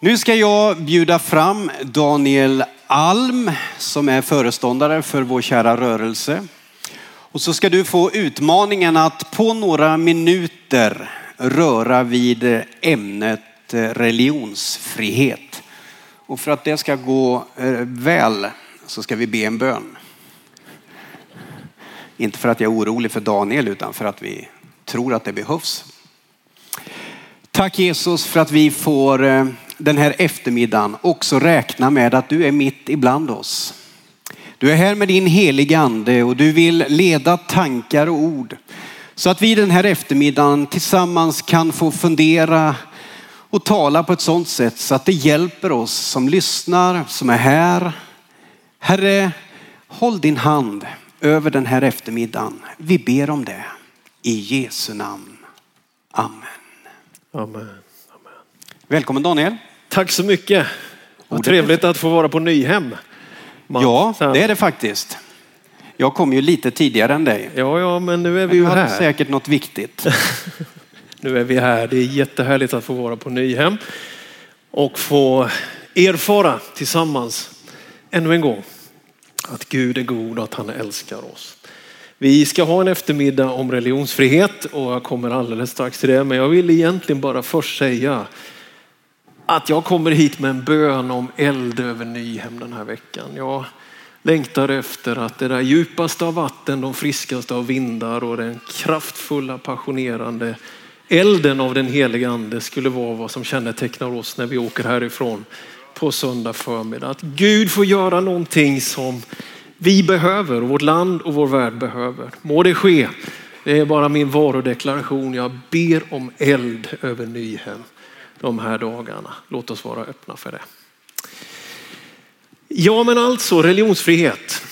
Nu ska jag bjuda fram Daniel Alm som är föreståndare för vår kära rörelse. Och så ska du få utmaningen att på några minuter röra vid ämnet religionsfrihet. Och för att det ska gå väl så ska vi be en bön. Inte för att jag är orolig för Daniel utan för att vi tror att det behövs. Tack Jesus för att vi får den här eftermiddagen också räkna med att du är mitt ibland oss. Du är här med din heliga ande och du vill leda tankar och ord. Så att vi den här eftermiddagen tillsammans kan få fundera och tala på ett sådant sätt så att det hjälper oss som lyssnar, som är här. Herre, håll din hand över den här eftermiddagen. Vi ber om det. I Jesu namn. Amen. Amen. Välkommen Daniel. Tack så mycket. Vad trevligt att få vara på Nyhem. Ja, det är det faktiskt. Jag kom ju lite tidigare än dig. Ja, men nu är vi ju här. Du hade säkert något viktigt. Nu är vi här. Det är jättehärligt att få vara på Nyhem. Och få erfara tillsammans ännu en gång att Gud är god och att han älskar oss. Vi ska ha en eftermiddag om religionsfrihet och jag kommer alldeles strax till det. Men jag vill egentligen bara först säga att jag kommer hit med en bön om eld över Nyhem den här veckan. Jag längtar efter att det där djupaste av vatten, de friskaste av vindar och den kraftfulla, passionerande elden av den heliga ande skulle vara vad som kännetecknar oss när vi åker härifrån på söndag förmiddag. Att Gud får göra någonting som vi behöver och vårt land och vår värld behöver. Må det ske. Det är bara min varudeklaration. Jag ber om eld över Nyhem de här dagarna. Låt oss vara öppna för det. Ja, men alltså religionsfrihet.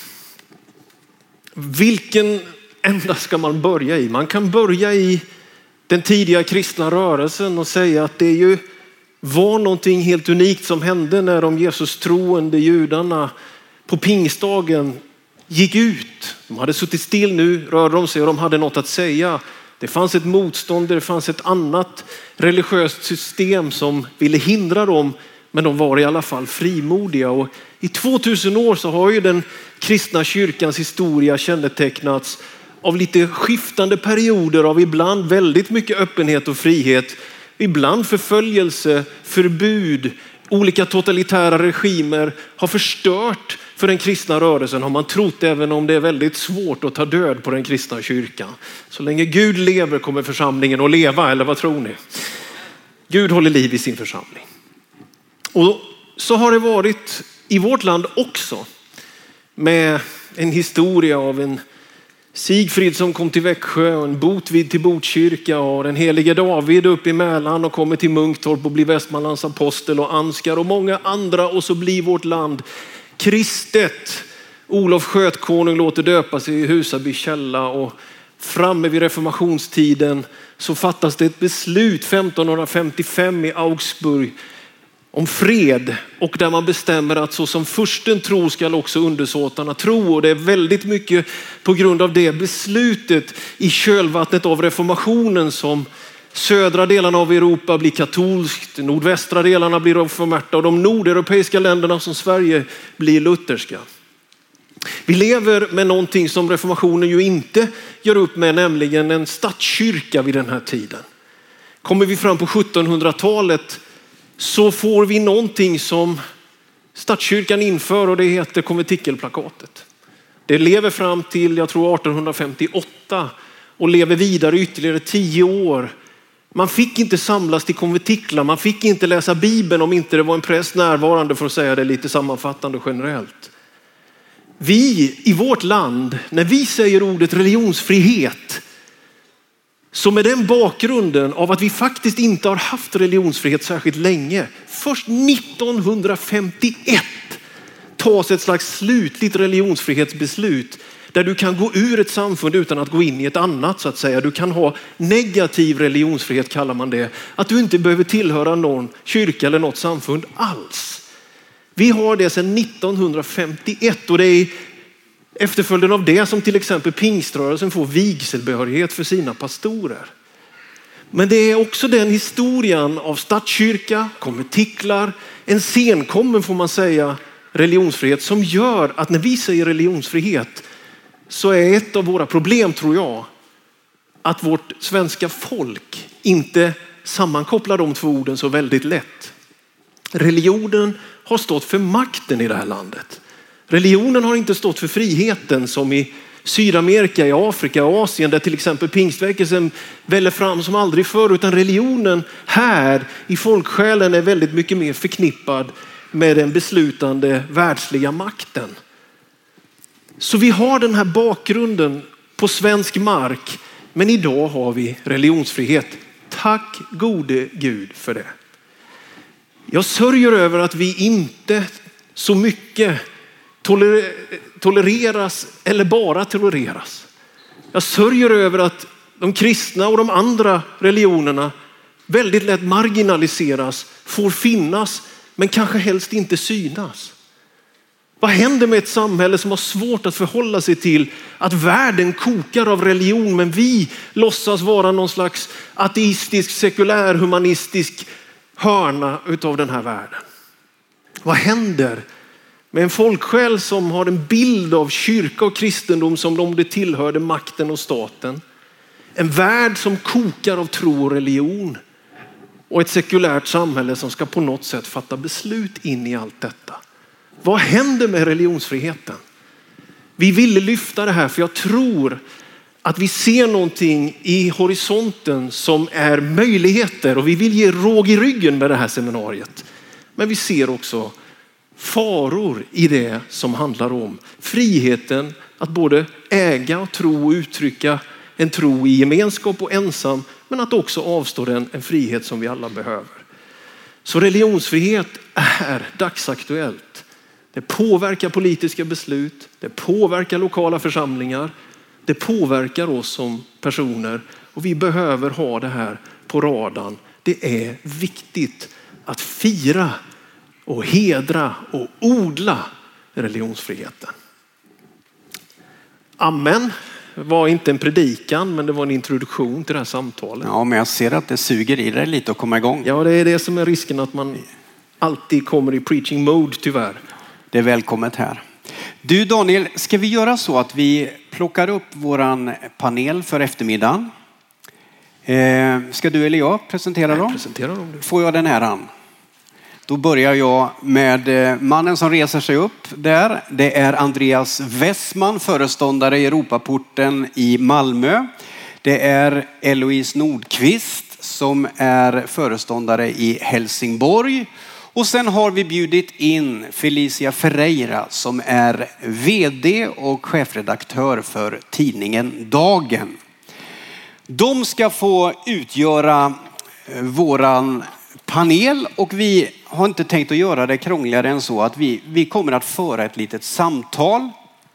Vilken ända ska man börja i? Man kan börja i den tidiga kristna rörelsen och säga att det ju var någonting helt unikt som hände när de Jesus troende judarna på pingstdagen gick ut. De hade suttit still nu, rörde de sig och de hade något att säga. Det fanns ett motstånd, det fanns ett annat religiöst system som ville hindra dem, men de var i alla fall frimodiga. Och i 2000 år så har ju den kristna kyrkans historia kännetecknats av lite skiftande perioder av ibland väldigt mycket öppenhet och frihet, ibland förföljelse, förbud. Olika totalitära regimer har förstört för den kristna rörelsen, har man trott, även om det är väldigt svårt att ta död på den kristna kyrkan. Så länge Gud lever kommer församlingen att leva, eller vad tror ni? Gud håller liv i sin församling. Och så har det varit i vårt land också, med en historia av en Sigfrid som kom till Växjö och en Botvid till Botkyrka och den helige David upp i Mälaren och kommer till Munktorp och blir Västmanlands apostel och Ansgar och många andra, och så blir vårt land kristet. Olof Skötkonung låter döpa sig i Husaby källa och framme vid reformationstiden så fattas det ett beslut 1555 i Augsburg om fred, och där man bestämmer att så som fursten tror ska också undersåtarna tro. Och det är väldigt mycket på grund av det beslutet i kölvattnet av reformationen som södra delarna av Europa blir katolskt, nordvästra delarna blir reformerta och de nordeuropeiska länderna som Sverige blir lutherska. Vi lever med någonting som reformationen ju inte gör upp med, nämligen en statskyrka vid den här tiden. Kommer vi fram på 1700-talet så får vi någonting som statskyrkan inför, och det heter konventikelplakatet. Det lever fram till, jag tror 1858, och lever vidare ytterligare 10 år. Man fick inte samlas till konventiklar, man fick inte läsa Bibeln om inte det var en präst närvarande, för att säga det lite sammanfattande och generellt. Vi i vårt land, när vi säger ordet religionsfrihet, så med den bakgrunden av att vi faktiskt inte har haft religionsfrihet särskilt länge, först 1951 tas ett slags slutligt religionsfrihetsbeslut där du kan gå ur ett samfund utan att gå in i ett annat, så att säga. Du kan ha negativ religionsfrihet, kallar man det. Att du inte behöver tillhöra någon kyrka eller något samfund alls. Vi har det sedan 1951, och det är efterföljden av det som till exempel pingströrelsen får vigselbehörighet för sina pastorer. Men det är också den historien av statskyrka, konventiklar, en senkommen får man säga religionsfrihet som gör att när vi säger religionsfrihet så är ett av våra problem, tror jag, att vårt svenska folk inte sammankopplar de två orden så väldigt lätt. Religionen har stått för makten i det här landet. Religionen har inte stått för friheten som i Sydamerika, i Afrika och Asien där till exempel pingstväckelsen väller fram som aldrig förr, utan religionen här i folksjälen är väldigt mycket mer förknippad med den beslutande världsliga makten. Så vi har den här bakgrunden på svensk mark, men idag har vi religionsfrihet. Tack gode Gud för det. Jag sörjer över att vi inte så mycket tolereras eller bara tolereras. Jag sörjer över att de kristna och de andra religionerna väldigt lätt marginaliseras, får finnas men kanske helst inte synas. Vad händer med ett samhälle som har svårt att förhålla sig till att världen kokar av religion men vi låtsas vara någon slags ateistisk, sekulär, humanistisk hörna utav den här världen? Vad händer med en folksjäl som har en bild av kyrka och kristendom som om det tillhörde makten och staten? En värld som kokar av tro och religion och ett sekulärt samhälle som ska på något sätt fatta beslut in i allt detta. Vad händer med religionsfriheten? Vi ville lyfta det här för jag tror att vi ser någonting i horisonten som är möjligheter och vi vill ge råg i ryggen med det här seminariet. Men vi ser också faror i det som handlar om friheten att både äga och tro och uttrycka en tro i gemenskap och ensam, men att också avstå en frihet som vi alla behöver. Så religionsfrihet är dagsaktuellt. Det påverkar politiska beslut, det påverkar lokala församlingar, det påverkar oss som personer och vi behöver ha det här på radarn. Det är viktigt att fira och hedra och odla religionsfriheten. Amen. Det var inte en predikan men det var en introduktion till det här samtalet. Ja, men jag ser att det suger i dig lite att komma igång. Ja, det är det som är risken att man alltid kommer i preaching mode tyvärr. Det är välkommet här. Du Daniel, ska vi göra så att vi plockar upp våran panel för eftermiddagen? Ska du eller jag presentera dem? Presentera dem. Får jag den här an? Då börjar jag med mannen som reser sig upp där. Det är Andreas Westman, föreståndare i Europaporten i Malmö. Det är Eloise Nordqvist som är föreståndare i Helsingborg. Och sen har vi bjudit in Felicia Ferreira som är vd och chefredaktör för tidningen Dagen. De ska få utgöra våran panel och vi har inte tänkt att göra det krångligare än så att vi kommer att föra ett litet samtal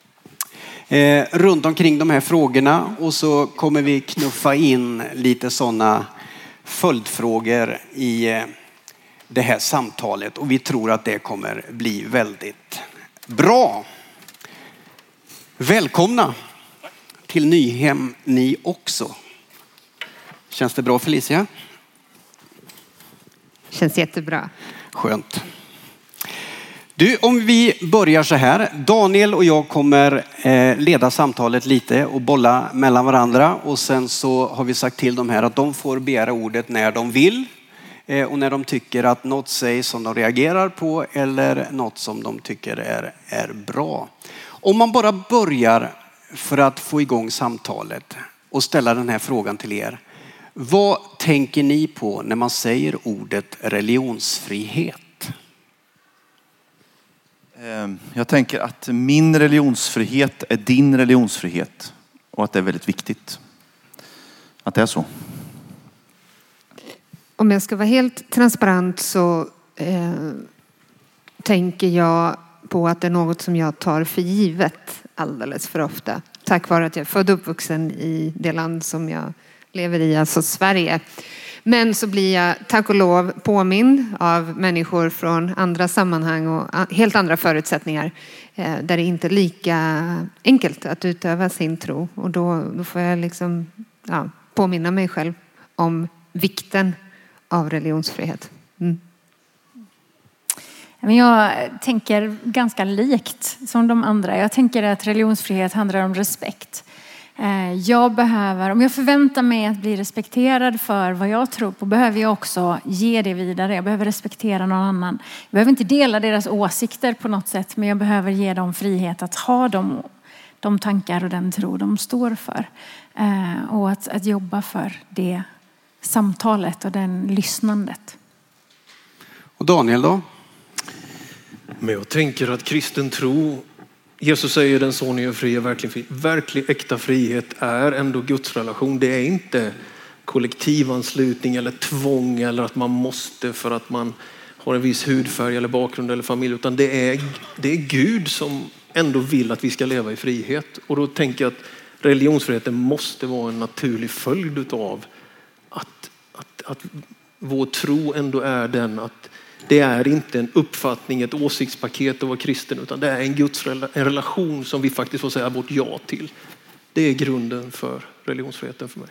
runt omkring de här frågorna och så kommer vi knuffa in lite sådana följdfrågor i det här samtalet och vi tror att det kommer bli väldigt bra. Välkomna till Nyhem ni också. Känns det bra Felicia? Känns jättebra. Skönt. Du, om vi börjar så här. Daniel och jag kommer leda samtalet lite och bolla mellan varandra. Och sen så har vi sagt till dem här att de får begära ordet när de vill. Och när de tycker att något sägs som de reagerar på eller något som de tycker är bra. Om man bara börjar för att få igång samtalet och ställa den här frågan till er. Vad tänker ni på när man säger ordet religionsfrihet? Jag tänker att min religionsfrihet är din religionsfrihet och att det är väldigt viktigt att det är så. Om jag ska vara helt transparent så tänker jag på att det är något som jag tar för givet alldeles för ofta. Tack vare att jag är född och uppvuxen i det land som jag lever i, alltså Sverige. Men så blir jag tack och lov påmind av människor från andra sammanhang och helt andra förutsättningar där det inte är lika enkelt att utöva sin tro. Och då får jag liksom påminna mig själv om vikten av religionsfrihet. Men jag tänker ganska likt som de andra. Jag tänker att religionsfrihet handlar om respekt. Om jag förväntar mig att bli respekterad för vad jag tror på, behöver jag också ge det vidare. Jag behöver respektera någon annan. Jag behöver inte dela deras åsikter på något sätt, men jag behöver ge dem frihet att ha de tankar och den tro de står för. Och att jobba för det samtalet och den lyssnandet. Och Daniel då? Men jag tänker att kristen tro, Jesus säger den son är fri är verkligen fri. Verklig äkta frihet är ändå Guds relation. Det är inte kollektivanslutning eller tvång eller att man måste för att man har en viss hudfärg eller bakgrund eller familj. Utan det är Gud som ändå vill att vi ska leva i frihet. Och då tänker jag att religionsfriheten måste vara en naturlig följd av att vår tro ändå är den att det är inte en uppfattning, ett åsiktspaket att vara kristen, utan det är en relation som vi faktiskt får säga vårt ja till. Det är grunden för religionsfriheten för mig.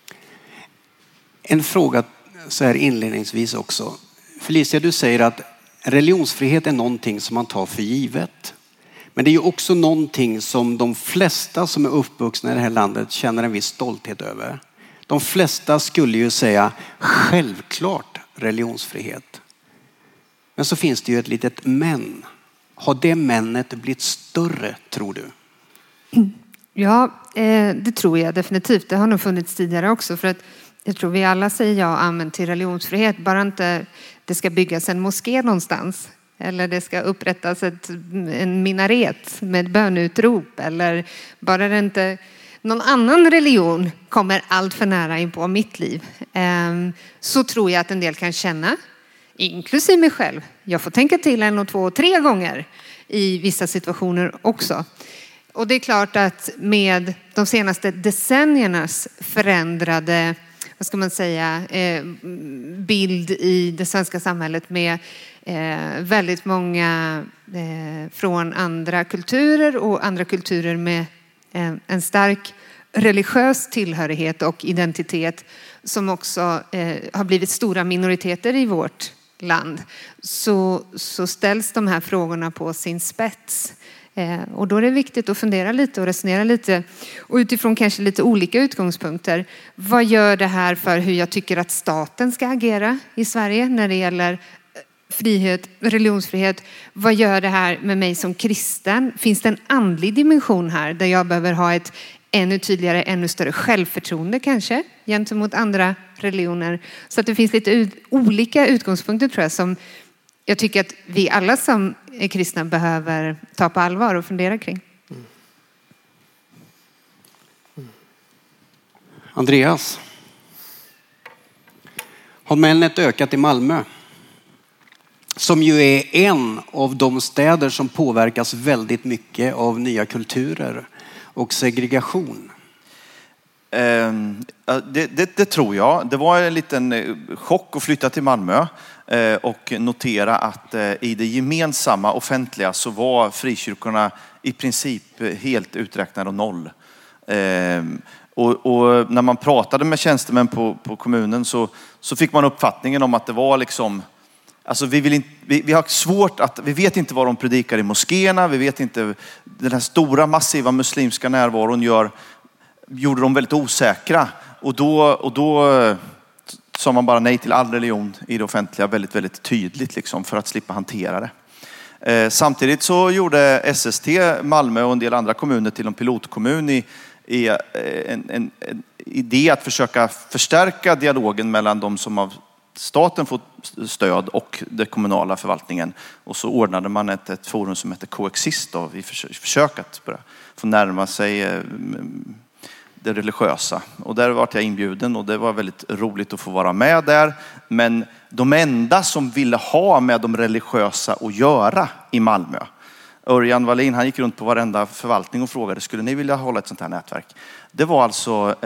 En fråga så här inledningsvis också. Felicia, du säger att religionsfrihet är någonting som man tar för givet. Men det är ju också någonting som de flesta som är uppvuxna i det här landet känner en viss stolthet över. De flesta skulle ju säga självklart religionsfrihet. Men så finns det ju ett litet men. Har det männet blivit större, tror du? Ja, det tror jag definitivt. Det har nog funnits tidigare också. För att jag tror vi alla säger ja amen till religionsfrihet. Bara inte det ska byggas en moské någonstans. Eller det ska upprättas en minaret med bönutrop. Eller bara det inte någon annan religion kommer allt för nära in på mitt liv. Så tror jag att en del kan känna. Inklusive mig själv. Jag får tänka till 1, 2, 3 gånger i vissa situationer också. Och det är klart att med de senaste decenniernas förändrade, vad ska man säga, bild i det svenska samhället med väldigt många från andra kulturer och andra kulturer med en stark religiös tillhörighet och identitet som också har blivit stora minoriteter i vårt land, så ställs de här frågorna på sin spets. Och då är det viktigt att fundera lite och resonera lite. Och utifrån kanske lite olika utgångspunkter. Vad gör det här för hur jag tycker att staten ska agera i Sverige när det gäller frihet, religionsfrihet? Vad gör det här med mig som kristen? Finns det en andlig dimension här där jag behöver ha ett ännu tydligare, ännu större självförtroende kanske gentemot andra religioner? Så att det finns lite olika utgångspunkter, tror jag, som jag tycker att vi alla som är kristna behöver ta på allvar och fundera kring. Andreas, har männet ökat i Malmö? Som ju är en av de städer som påverkas väldigt mycket av nya kulturer och segregation. Det tror jag. Det var en liten chock att flytta till Malmö och notera att i det gemensamma offentliga så var frikyrkorna i princip helt uträknade och noll. Och när man pratade med tjänstemän på kommunen så fick man uppfattningen om att det var liksom, alltså vi har svårt att, vi vet inte vad de predikar i moskéerna, vi vet inte, den här stora massiva muslimska närvaron gjorde dem väldigt osäkra. Och då sa man bara nej till all religion i det offentliga väldigt, väldigt tydligt liksom, för att slippa hantera det. Samtidigt så gjorde SST Malmö och en del andra kommuner till en pilotkommun i en idé att försöka förstärka dialogen mellan de som av staten fått stöd och den kommunala förvaltningen. Och så ordnade man ett forum som heter Coexist i försök att börja få närma sig det religiösa. Och där var jag inbjuden och det var väldigt roligt att få vara med där. Men de enda som ville ha med de religiösa att göra i Malmö, Örjan Wallin, han gick runt på varenda förvaltning och frågade, skulle ni vilja hålla ett sånt här nätverk? Det var alltså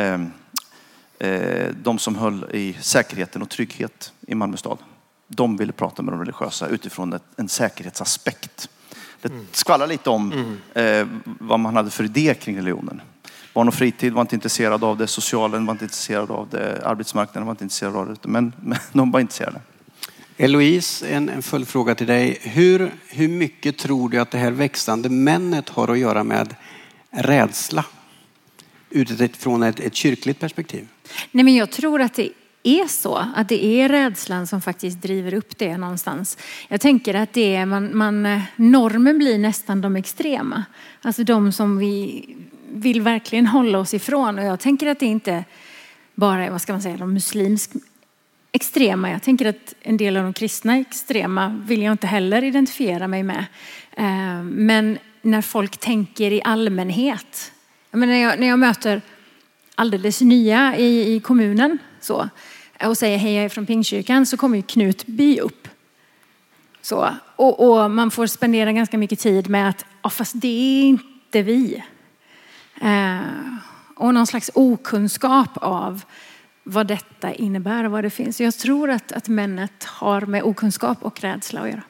de som höll i säkerheten och trygghet i Malmö stad. De ville prata med de religiösa utifrån en säkerhetsaspekt. Det skvallrar lite om vad man hade för idé kring religionen. Barn och fritid var inte intresserad av det. Socialen var inte intresserad av det. Arbetsmarknaden var inte intresserad av det. Men de var intresserade. Eloise, en följdfråga till dig. Hur mycket tror du att det här växande männet har att göra med rädsla utifrån ett kyrkligt perspektiv? Nej, men jag tror att det är så. Att det är rädslan som faktiskt driver upp det någonstans. Jag tänker att det är, normen blir nästan de extrema. Alltså de som vi vill verkligen hålla oss ifrån. Och jag tänker att det inte bara är, vad ska man säga, de muslimska extrema. Jag tänker att en del av de kristna extrema vill jag inte heller identifiera mig med. Men när folk tänker i allmänhet. När jag möter alldeles nya i kommunen så, och säger hej, jag är från Pingstkyrkan, så kommer ju Knutby upp. Så, och man får spendera ganska mycket tid med att fast det är inte vi. Och någon slags okunskap av vad detta innebär och vad det finns. Jag tror att männet har med okunskap och rädsla att göra.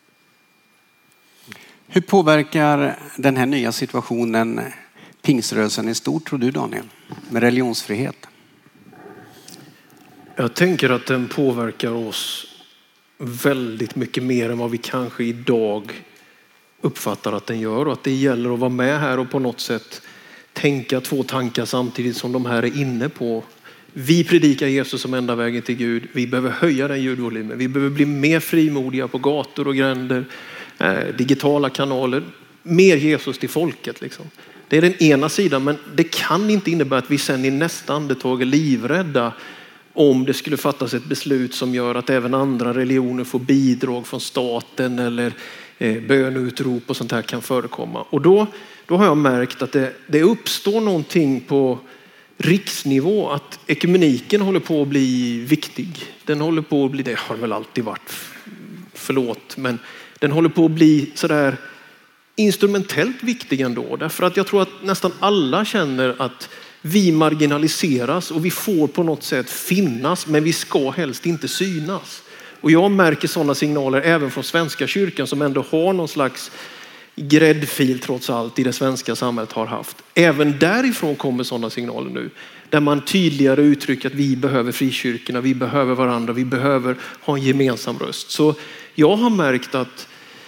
Hur påverkar den här nya situationen pingströrelsen i stort, tror du, Daniel, med religionsfrihet? Jag tänker att den påverkar oss väldigt mycket mer än vad vi kanske idag uppfattar att den gör. Och att det gäller att vara med här och på något sätt tänka två tankar samtidigt som de här är inne på. Vi predikar Jesus som enda vägen till Gud. Vi behöver höja den ljudvolymen. Vi behöver bli mer frimodiga på gator och gränder, digitala kanaler. Mer Jesus till folket liksom. Det är den ena sidan, men det kan inte innebära att vi sen i nästa andetag är livrädda om det skulle fattas ett beslut som gör att även andra religioner får bidrag från staten eller bönutrop och sånt här kan förekomma. Och då har jag märkt att det uppstår någonting på riksnivå, att ekumeniken håller på att bli viktig. Den håller på att bli, det har väl alltid varit, förlåt, men den håller på att bli sådär instrumentellt viktig ändå. Därför att jag tror att nästan alla känner att vi marginaliseras och vi får på något sätt finnas, men vi ska helst inte synas. Och jag märker sådana signaler även från Svenska kyrkan som ändå har någon slags gräddfil trots allt i det svenska samhället har haft. Även därifrån kommer sådana signaler nu. Där man tydligare uttrycker att vi behöver frikyrkorna, vi behöver varandra, vi behöver ha en gemensam röst. Så jag har märkt att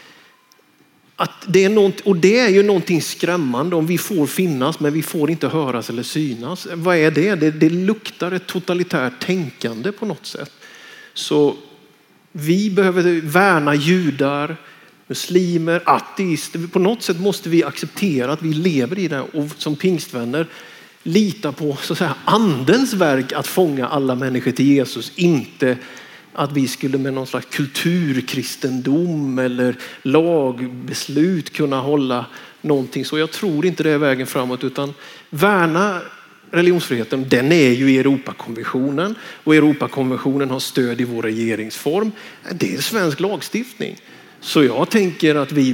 det är något, och det är ju någonting skrämmande om vi får finnas men vi får inte höras eller synas. Vad är det? Det luktar ett totalitärt tänkande på något sätt. Så vi behöver värna judar, muslimer, ateister. På något sätt måste vi acceptera att vi lever i det och som pingstvänner lita på så att säga andens verk att fånga alla människor till Jesus. Inte att vi skulle med någon slags kulturkristendom eller lagbeslut kunna hålla någonting. Så jag tror inte det är vägen framåt, utan värna religionsfriheten. Den är ju i Europakonventionen och Europakonventionen har stöd i vår regeringsform. Det är svensk lagstiftning. Så jag tänker att vi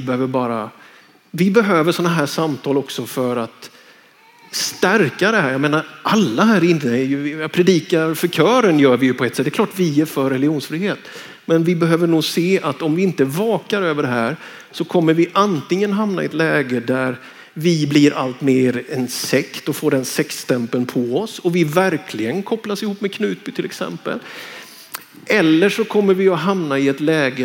behöver sådana här samtal också för att stärka det här. Jag menar, alla här inne, jag predikar för kören gör vi ju på ett sätt. Det är klart vi är för religionsfrihet. Men vi behöver nog se att om vi inte vakar över det här så kommer vi antingen hamna i ett läge där vi blir allt mer en sekt och får den sektstämpeln på oss. Och vi verkligen kopplas ihop med Knutby till exempel. Eller så kommer vi att hamna i ett läge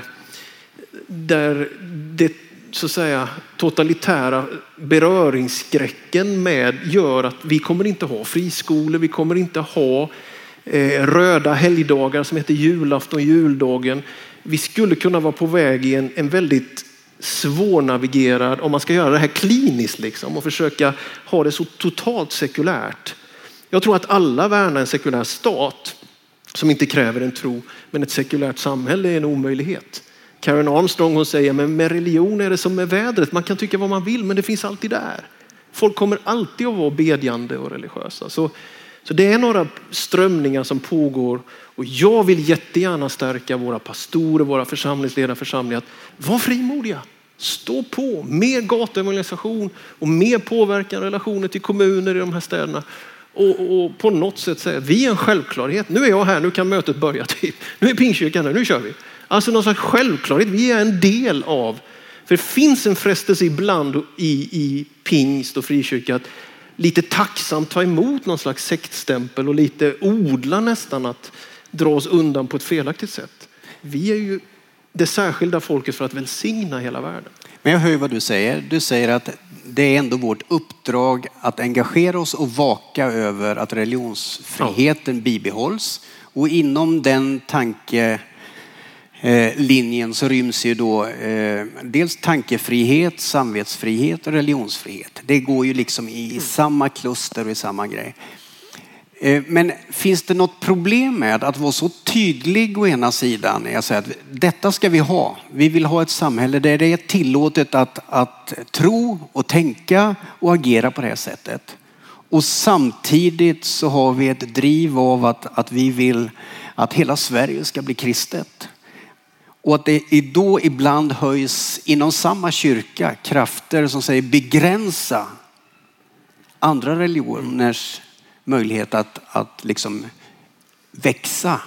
där det så att säga totalitära beröringsskräcken med gör att vi kommer inte ha friskolor, vi kommer inte ha röda helgdagar som heter julafton och juldagen. Vi skulle kunna vara på väg i en väldigt svårnavigerad, om man ska göra det här kliniskt liksom och försöka ha det så totalt sekulärt. Jag tror att alla värnar en sekulär stat som inte kräver en tro, men ett sekulärt samhälle är en omöjlighet. Karen Armstrong, hon säger, men med religion är det som med vädret. Man kan tycka vad man vill, men det finns alltid där. Folk kommer alltid att vara bedjande och religiösa. Så det är några strömningar som pågår. Och jag vill jättegärna stärka våra pastorer, våra församlingsledare, församlingar. Var frimodiga. Stå på. Mer gatuevangelisation och mer påverkan relationer till kommuner i de här städerna. Och på något sätt säga, vi är en självklarhet. Nu är jag här, nu kan mötet börja. Typ. Nu är Pingstkyrkan här, nu kör vi. Alltså någon slags självklarhet. Vi är en del av. För det finns en frestelse ibland i pingst och frikyrka att lite tacksamt ta emot någon slags sektstämpel och lite odla nästan att dra oss undan på ett felaktigt sätt. Vi är ju det särskilda folket för att välsigna hela världen. Men jag hör ju vad du säger. Du säger att det är ändå vårt uppdrag att engagera oss och vaka över att religionsfriheten bibehålls. Och inom den linjen så ryms ju då dels tankefrihet, samvetsfrihet och religionsfrihet. Det går ju liksom i samma kluster och i samma grej. Men finns det något problem med att vara så tydlig å ena sidan? Jag säger att detta ska vi ha. Vi vill ha ett samhälle där det är tillåtet att tro och tänka och agera på det här sättet. Och samtidigt så har vi ett driv av att vi vill att hela Sverige ska bli kristet. Och att det då ibland höjs inom samma kyrka krafter som säger begränsa andra religioners möjlighet att liksom växa.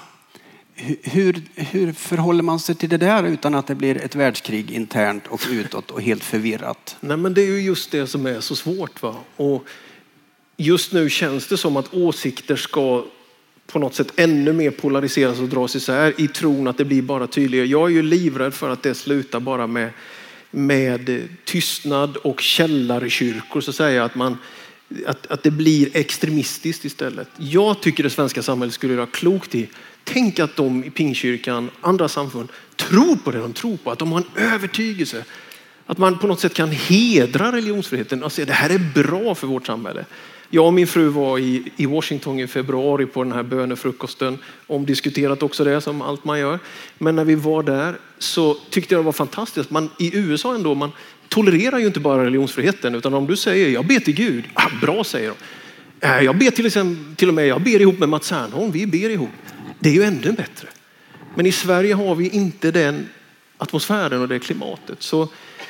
Hur förhåller man sig till det där utan att det blir ett världskrig internt och utåt och helt förvirrat? Nej, men det är ju just det som är så svårt, va? Och just nu känns det som att åsikter ska på något sätt ännu mer polariseras och dras isär i tron att det blir bara tydligare. Jag är ju livrädd för att det slutar bara med tystnad och källarkyrkor, så att säga, att det blir extremistiskt istället. Jag tycker det svenska samhället skulle göra klokt i. Tänk att de i Pingstkyrkan, andra samfund, tror på det de tror på. Att de har en övertygelse. Att man på något sätt kan hedra religionsfriheten och säga det här är bra för vårt samhälle. Jag och min fru var i Washington i februari på den här bönefrukosten. Omdiskuterat också det som allt man gör. Men när vi var där så tyckte jag det var fantastiskt. I USA ändå, man tolererar ju inte bara religionsfriheten, utan om du säger jag ber till Gud, bra säger de. Jag ber till och med jag ber ihop med Mats Härnholm, vi ber ihop. Det är ju ännu bättre. Men i Sverige har vi inte den atmosfären och det klimatet. Så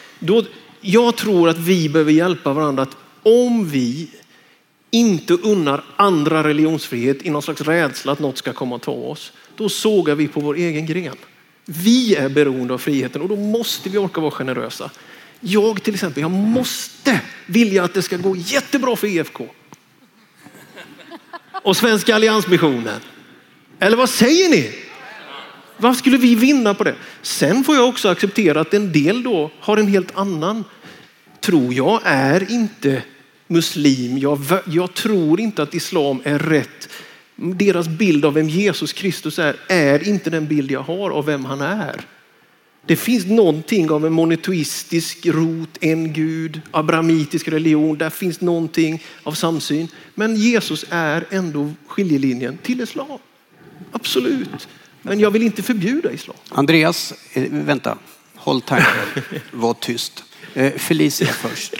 jag tror att vi behöver hjälpa varandra att om vi inte unnar andra religionsfrihet i någon slags rädsla att något ska komma och ta oss, då sågar vi på vår egen gren. Vi är beroende av friheten och då måste vi orka vara generösa. Jag till exempel, jag måste vilja att det ska gå jättebra för EFK. Och Svenska Alliansmissionen. Eller vad säger ni? Vad skulle vi vinna på det? Sen får jag också acceptera att en del då har en helt annan tro. Jag är inte muslim. Jag tror inte att islam är rätt. Deras bild av vem Jesus Kristus är inte den bild jag har av vem han är. Det finns någonting av en monoteistisk rot, en gud, abrahamitisk religion. Där finns någonting av samsyn. Men Jesus är ändå skiljelinjen till islam. Absolut. Men jag vill inte förbjuda islam. Andreas, vänta. Håll tanken. Var tyst. Felicia först.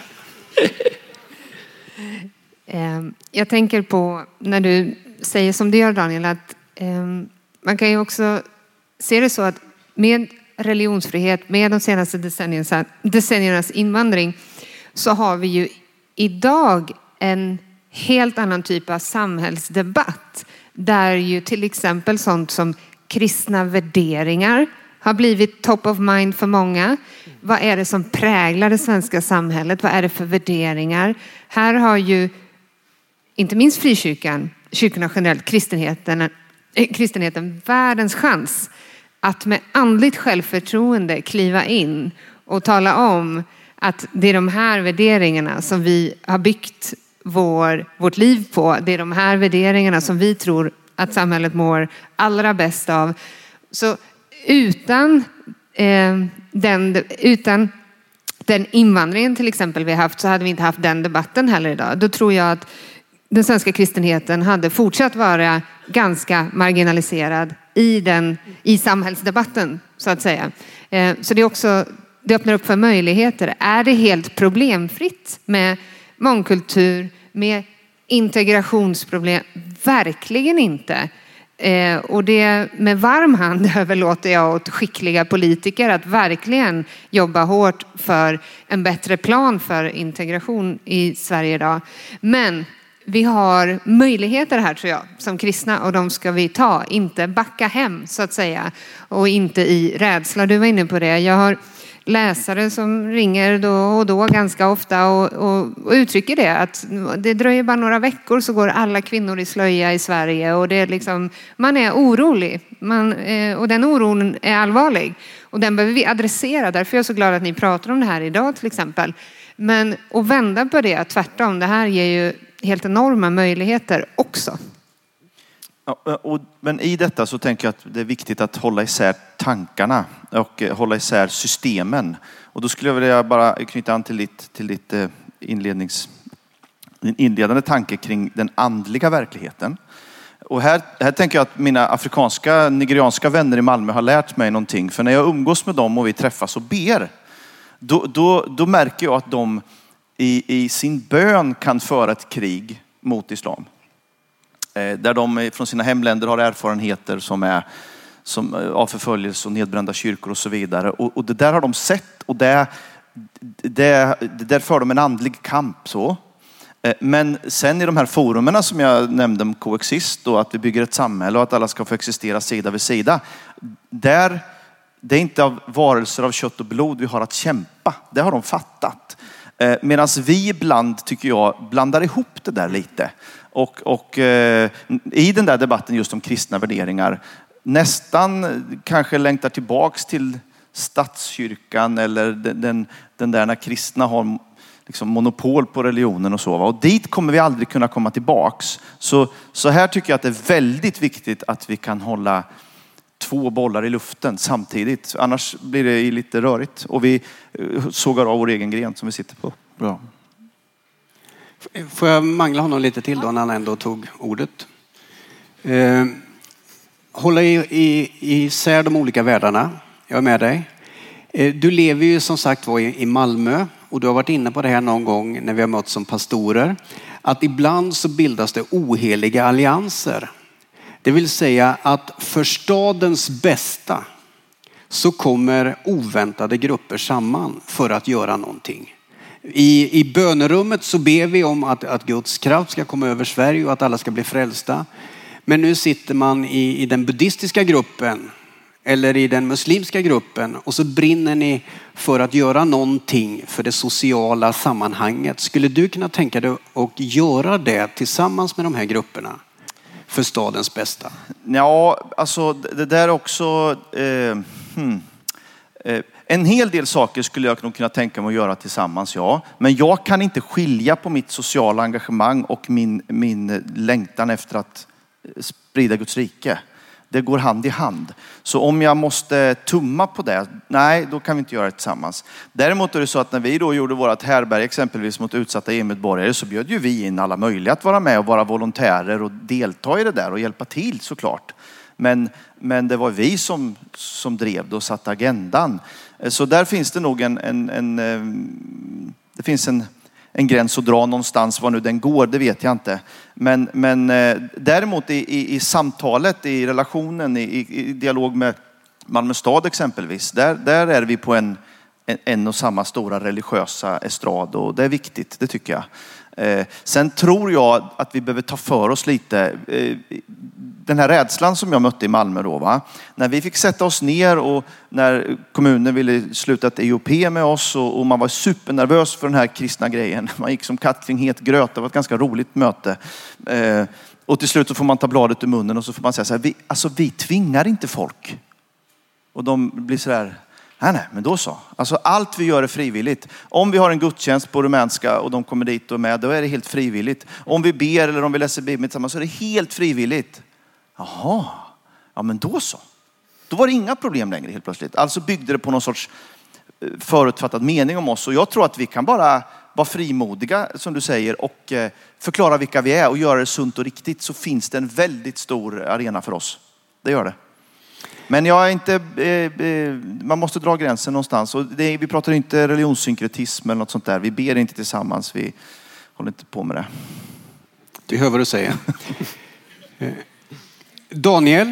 Jag tänker på när du säger som du gör, Daniel, att man kan ju också se det så att med religionsfrihet, med de senaste decenniernas invandring, så har vi ju idag en helt annan typ av samhällsdebatt där ju till exempel sånt som kristna värderingar har blivit top of mind för många. Vad är det som präglar det svenska samhället? Vad är det för värderingar? Här har ju inte minst frikyrkan, kyrkorna generellt, kristenheten världens chans att med andligt självförtroende kliva in och tala om att det är de här värderingarna som vi har byggt vårt liv på. Det är de här värderingarna som vi tror att samhället mår allra bäst av. Så utan den invandringen till exempel vi har haft, så hade vi inte haft den debatten heller idag. Då tror jag att den svenska kristenheten hade fortsatt vara ganska marginaliserad i samhällsdebatten, så att säga. Så det öppnar upp för möjligheter. Är det helt problemfritt med mångkultur, med integrationsproblem? Verkligen inte. Och det med varm hand överlåter jag åt skickliga politiker att verkligen jobba hårt för en bättre plan för integration i Sverige idag. Men vi har möjligheter här, tror jag, som kristna, och de ska vi ta, inte backa hem så att säga, och inte i rädsla. Du var inne på det. Jag har läsare som ringer då och då ganska ofta och uttrycker det. Att det dröjer bara några veckor så går alla kvinnor i slöja i Sverige. Och det är liksom, man är orolig. Och den oron är allvarlig. Och den behöver vi adressera. Därför är jag så glad att ni pratar om det här idag till exempel. Men att vända på det, tvärtom. Det här ger ju helt enorma möjligheter också. Men i detta så tänker jag att det är viktigt att hålla isär tankarna och hålla isär systemen. Och då skulle jag vilja bara knyta an till ditt inledande tanke kring den andliga verkligheten. Och här tänker jag att mina nigerianska vänner i Malmö har lärt mig någonting. För när jag umgås med dem och vi träffas och ber, då märker jag att de i sin bön kan föra ett krig mot islam. Där de från sina hemländer har erfarenheter av förföljelse och nedbrända kyrkor och så vidare. Och det där har de sett och där för de en andlig kamp så. Men sen i de här forumerna som jag nämnde om coexist och att vi bygger ett samhälle och att alla ska få existera sida vid sida. Det är inte av varelser av kött och blod vi har att kämpa. Det har de fattat. Medan vi ibland, tycker jag, blandar ihop det där lite. Och i den där debatten just om kristna värderingar nästan kanske längtar tillbaks till statskyrkan eller den där när kristna har liksom monopol på religionen och så. Och dit kommer vi aldrig kunna komma tillbaks. Så här tycker jag att det är väldigt viktigt att vi kan hålla två bollar i luften samtidigt. Annars blir det lite rörigt. Och vi sågar av vår egen gren som vi sitter på. Bra. Får jag mangla honom lite till då när han ändå tog ordet? Hålla isär de olika världarna. Jag är med dig. Du lever ju som sagt var i Malmö och du har varit inne på det här någon gång när vi har mötts som pastorer. Att ibland så bildas det oheliga allianser. Det vill säga att för stadens bästa så kommer oväntade grupper samman för att göra någonting. I bönerummet så ber vi om att Guds kraft ska komma över Sverige och att alla ska bli frälsta. Men nu sitter man i den buddhistiska gruppen eller i den muslimska gruppen och så brinner ni för att göra någonting för det sociala sammanhanget. Skulle du kunna tänka dig att göra det tillsammans med de här grupperna för stadens bästa? Ja, alltså det där också... En hel del saker skulle jag nog kunna tänka mig att göra tillsammans, ja. Men jag kan inte skilja på mitt sociala engagemang och min längtan efter att sprida Guds rike. Det går hand i hand. Så om jag måste tumma på det, nej, då kan vi inte göra det tillsammans. Däremot är det så att när vi då gjorde vårt härberg exempelvis mot utsatta EU-medborgare så bjöd ju vi in alla möjliga att vara med och vara volontärer och delta i det där och hjälpa till såklart. Men det var vi som drev det och satte agendan. Så där finns det nog det finns en gräns att dra någonstans. Var nu den går, det vet jag inte. Men däremot i samtalet, i relationen, i dialog med Malmö stad exempelvis. Där är vi på en och samma stora religiösa estrad och det är viktigt, det tycker jag. Sen tror jag att vi behöver ta för oss lite den här rädslan som jag mötte i Malmö då, va? När vi fick sätta oss ner och när kommunen ville sluta ett EOP med oss och man var supernervös för den här kristna grejen. Man gick som katt kring het gröt. Det var ett ganska roligt möte. Och till slut så får man ta bladet ur munnen och så får man säga så här, vi tvingar inte folk. Och de blir så här, nej, men då så. Alltså allt vi gör är frivilligt. Om vi har en gudstjänst på rumänska och de kommer dit och är med, då är det helt frivilligt. Om vi ber eller om vi läser Bibeln tillsammans så är det helt frivilligt. Jaha, ja men då så. Då var det inga problem längre helt plötsligt. Alltså byggde det på någon sorts förutfattad mening om oss. Och jag tror att vi kan bara vara frimodiga, som du säger, och förklara vilka vi är och göra det sunt och riktigt, så finns det en väldigt stor arena för oss. Det gör det. Men jag är inte, man måste dra gränsen någonstans. Och vi pratar inte religionssynkretism eller något sånt där. Vi ber inte tillsammans, vi håller inte på med det. Du hör vad du säger. Daniel,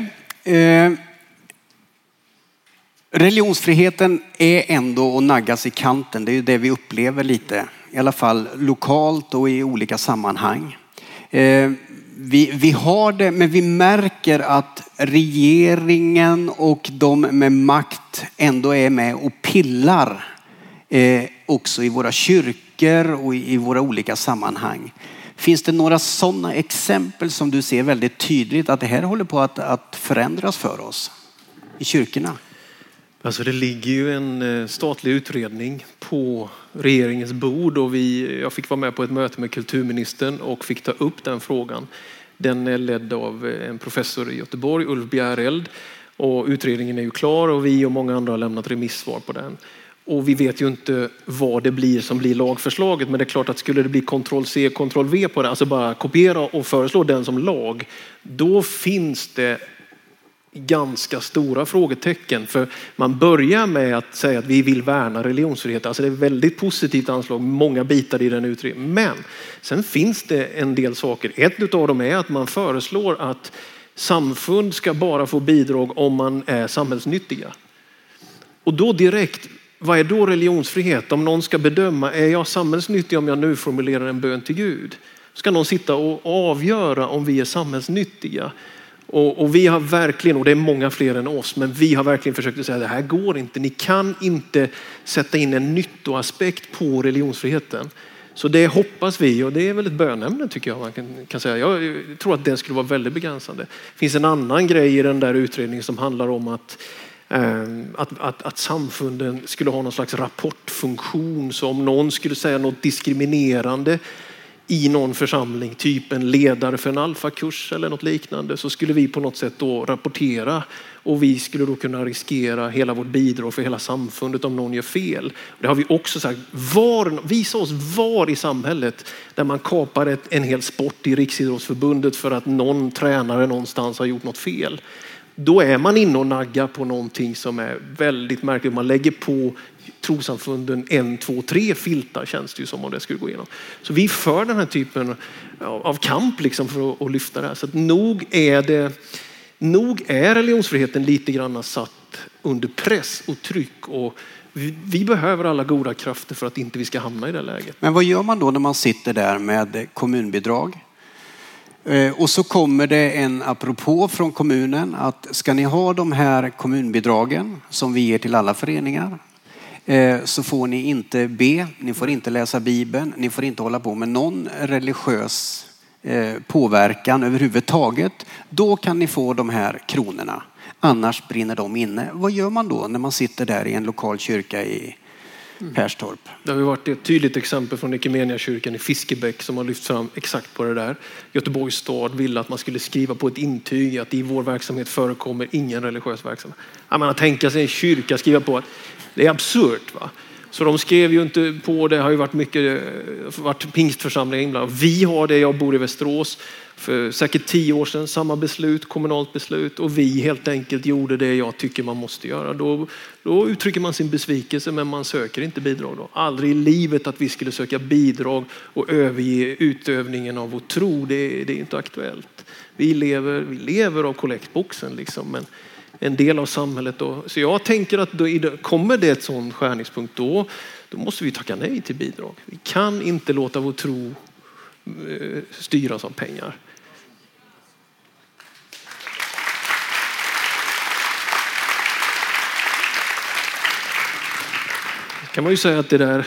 religionsfriheten är ändå att naggas i kanten. Det är ju det vi upplever lite. I alla fall lokalt och i olika sammanhang. vi har det, men vi märker att regeringen och de med makt ändå är med och pillar också i våra kyrkor och i våra olika sammanhang. Finns det några sådana exempel som du ser väldigt tydligt att det här håller på att förändras för oss i kyrkorna? Alltså det ligger ju en statlig utredning på regeringens bord och jag fick vara med på ett möte med kulturministern och fick ta upp den frågan. Den är ledd av en professor i Göteborg, Ulf Bjäreld, och utredningen är ju klar och vi och många andra har lämnat remissvar på den. Och vi vet ju inte vad det blir som blir lagförslaget, men det är klart att skulle det bli Ctrl-C, Ctrl-V på det, alltså bara kopiera och föreslå den som lag, då finns det ganska stora frågetecken. För man börjar med att säga att vi vill värna religionsfrihet. Alltså det är väldigt positivt anslag, många bitar i den utredningen. Men sen finns det en del saker. Ett av dem är att man föreslår att samfund ska bara få bidrag om man är samhällsnyttiga. Och då direkt, vad är då religionsfrihet? Om någon ska bedöma, är jag samhällsnyttig om jag nu formulerar en bön till Gud? Ska någon sitta och avgöra om vi är samhällsnyttiga? Och vi har verkligen, och det är många fler än oss, men vi har verkligen försökt att säga att det här går inte. Ni kan inte sätta in en nyttoaspekt på religionsfriheten. Så det hoppas vi, och det är väl ett bönämne tycker jag man kan säga. Jag tror att det skulle vara väldigt begränsande. Det finns en annan grej i den där utredningen som handlar om att samfunden skulle ha någon slags rapportfunktion. Så om någon skulle säga något diskriminerande i någon församling, typ en ledare för en alfakurs eller något liknande, så skulle vi på något sätt då rapportera och vi skulle då kunna riskera hela vårt bidrag för hela samfundet om någon gör fel. Det har vi också sagt, visa oss var i samhället där man kapar en hel sport i Riksidrottsförbundet för att någon tränare någonstans har gjort något fel. Då är man inne och naggar på någonting som är väldigt märkligt. Man lägger på trossamfunden 1, 2, 3 filtar, känns det ju som om det skulle gå igenom. Så vi för den här typen av kamp liksom för att lyfta det här. Så att nog är religionsfriheten lite grann satt under press och tryck, och vi behöver alla goda krafter för att inte vi ska hamna i det läget. Men vad gör man då när man sitter där med kommunbidrag? Och så kommer det en apropå från kommunen att ska ni ha de här kommunbidragen som vi ger till alla föreningar, så får ni inte be, ni får inte läsa Bibeln, ni får inte hålla på med någon religiös påverkan överhuvudtaget. Då kan ni få de här kronorna, annars brinner de inne. Vad gör man då när man sitter där i en lokal kyrka i Perstorp? Det har ju varit ett tydligt exempel från Equmeniakyrkan i Fiskebäck som har lyft fram exakt på det där. Göteborgs stad ville att man skulle skriva på ett intyg att i vår verksamhet förekommer ingen religiös verksamhet. Jag menar, tänka sig en kyrka skriva på att det är absurt, va? Så de skrev ju inte på, det har ju varit pingstförsamlingar inblandade. Vi har det, jag bor i Västerås, för säkert 10 år sedan, samma beslut, kommunalt beslut, och vi helt enkelt gjorde det jag tycker man måste göra. Då uttrycker man sin besvikelse, men man söker inte bidrag då. Aldrig i livet att vi skulle söka bidrag och överge utövningen av vår tro, det är inte aktuellt. Vi lever av kollektboxen liksom, men en del av samhället då. Så jag tänker att då kommer det ett sån skärningspunkt då måste vi tacka nej till bidrag. Vi kan inte låta vår tro styras av pengar. Kan man ju säga att det där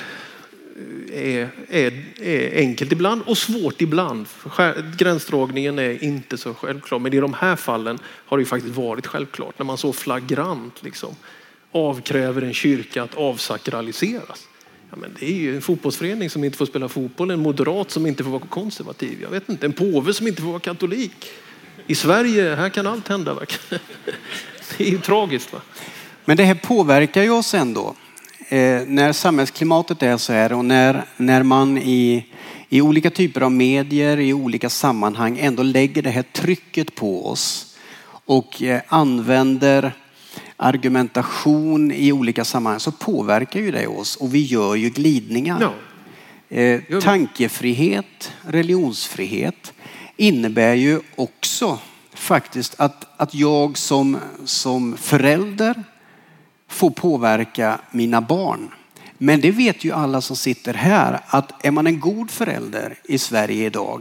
är enkelt ibland och svårt ibland. Gränsdragningen är inte så självklar. Men i de här fallen har det ju faktiskt varit självklart. När man så flagrant liksom avkräver en kyrka att avsakraliseras. Ja, men det är ju en fotbollsförening som inte får spela fotboll. En moderat som inte får vara konservativ. Jag vet inte. En påve som inte får vara katolik. I Sverige, här kan allt hända. Det är ju tragiskt, va? Men det här påverkar ju oss ändå. När samhällsklimatet är så här och när man i olika typer av medier, i olika sammanhang ändå lägger det här trycket på oss och använder argumentation i olika sammanhang, så påverkar ju det oss och vi gör ju glidningar. Ja. Tankefrihet, religionsfrihet innebär ju också faktiskt att jag som förälder får påverka mina barn. Men det vet ju alla som sitter här, att är man en god förälder i Sverige idag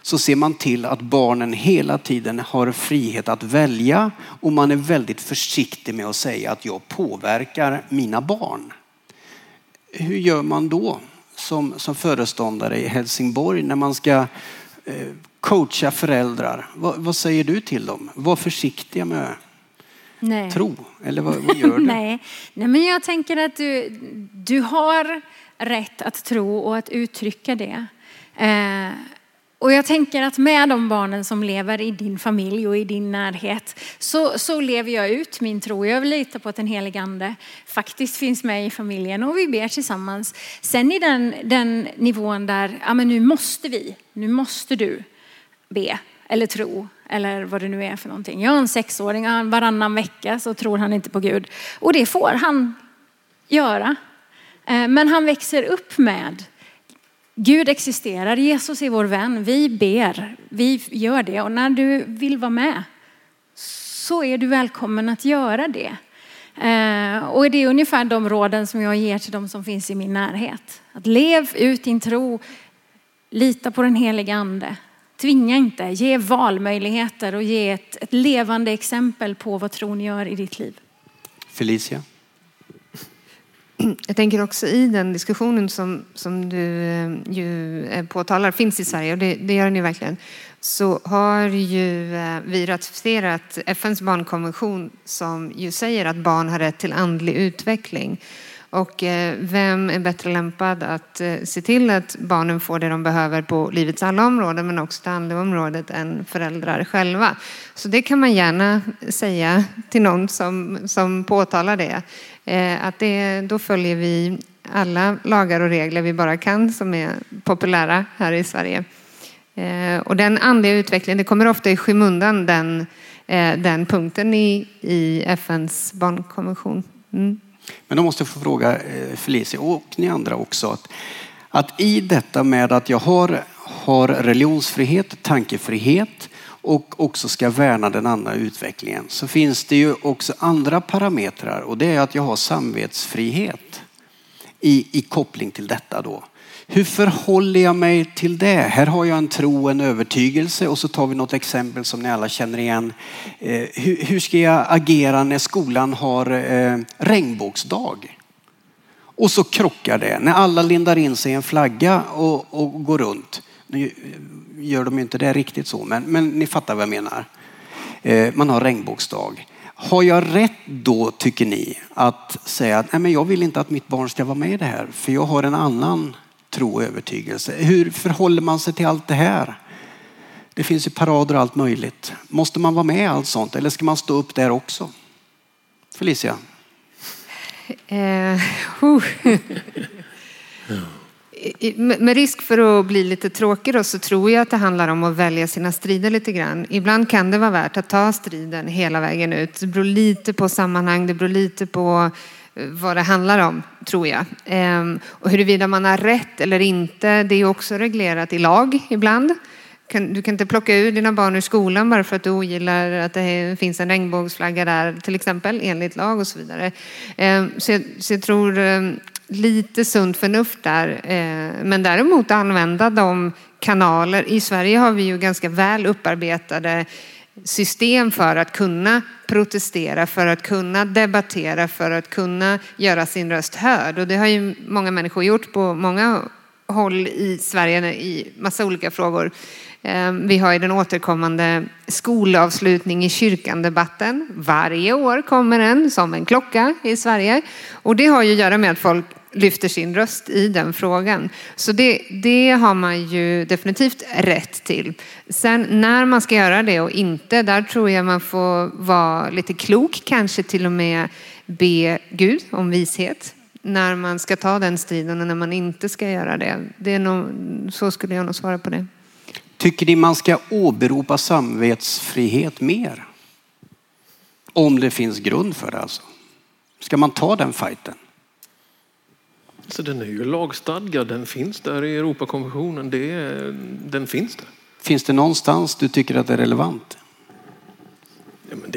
så ser man till att barnen hela tiden har frihet att välja och man är väldigt försiktig med att säga att jag påverkar mina barn. Hur gör man då som föreståndare i Helsingborg när man ska coacha föräldrar? Vad säger du till dem? Var försiktiga med tro. Eller vad gör du? Nej, men jag tänker att du har rätt att tro och att uttrycka det. Och jag tänker att med de barnen som lever i din familj och i din närhet så lever jag ut min tro. Jag vill lita på att den helige ande faktiskt finns med i familjen och vi ber tillsammans. Sen i den nivån där, ja men nu måste du be eller tro eller vad det nu är för någonting. Jag har en 6-åring, varannan vecka så tror han inte på Gud. Och det får han göra. Men han växer upp med Gud existerar, Jesus är vår vän, vi ber, vi gör det. Och när du vill vara med så är du välkommen att göra det. Och det är ungefär de råden som jag ger till de som finns i min närhet. Att lev ut din tro, lita på den heliga ande. Tvinga inte, ge valmöjligheter och ge ett levande exempel på vad tron gör i ditt liv. Felicia? Jag tänker också i den diskussionen som du ju påtalar finns i Sverige, och det gör den ju verkligen, så har ju vi ratificerat FNs barnkonvention som ju säger att barn har rätt till andlig utveckling. Och vem är bättre lämpad att se till att barnen får det de behöver på livets alla områden men också det andliga området än föräldrar själva. Så det kan man gärna säga till någon som påtalar det. Att då följer vi alla lagar och regler vi bara kan som är populära här i Sverige. Och den andliga utvecklingen, det kommer ofta i skymundan den punkten i FNs barnkonvention. Mm. Men då måste jag få fråga Felicia och ni andra också att i detta med att jag har religionsfrihet, tankefrihet och också ska värna den andra utvecklingen, så finns det ju också andra parametrar, och det är att jag har samvetsfrihet i koppling till detta då. Hur förhåller jag mig till det? Här har jag en tro, en övertygelse, och så tar vi något exempel som ni alla känner igen. Hur ska jag agera när skolan har regnbågsdag? Och så krockar det. När alla lindar in sig i en flagga och går runt. Nu gör de ju inte det riktigt så, men ni fattar vad jag menar. Man har regnbågsdag. Har jag rätt då, tycker ni, att säga att nej, men jag vill inte att mitt barn ska vara med i det här, för jag har en annan tro och övertygelse? Hur förhåller man sig till allt det här? Det finns ju parader och allt möjligt. Måste man vara med i allt sånt, eller ska man stå upp där också? Felicia? Med risk för att bli lite tråkig då, så tror jag att det handlar om att välja sina strider lite grann. Ibland kan det vara värt att ta striden hela vägen ut. Det beror lite på sammanhang, det beror lite på vad det handlar om, tror jag. Och huruvida man har rätt eller inte, det är också reglerat i lag ibland. Du kan inte plocka ur dina barn ur skolan bara för att du ogillar att det finns en regnbågsflagga där, till exempel, enligt lag och så vidare. Så jag tror lite sunt förnuft där. Men däremot använda de kanaler. I Sverige har vi ju ganska väl upparbetade system för att kunna protestera, för att kunna debattera, för att kunna göra sin röst hörd. Och det har ju många människor gjort på många håll i Sverige i massa olika frågor. Vi har ju den återkommande skolavslutning i kyrkan-debatten. Varje år kommer den som en klocka i Sverige. Och det har ju att göra med att folk lyfter sin röst i den frågan. Så det har man ju definitivt rätt till. Sen när man ska göra det och inte, där tror jag man får vara lite klok. Kanske till och med be Gud om vishet när man ska ta den striden och när man inte ska göra det. Det är nog, så skulle jag nog svara på det. Tycker ni man ska åberopa samvetsfrihet mer? Om det finns grund för det alltså. Ska man ta den fighten? Så den är ju lagstadgad, den finns där i Europakonventionen, den finns där. Finns det någonstans du tycker att det är relevant? Ja, men det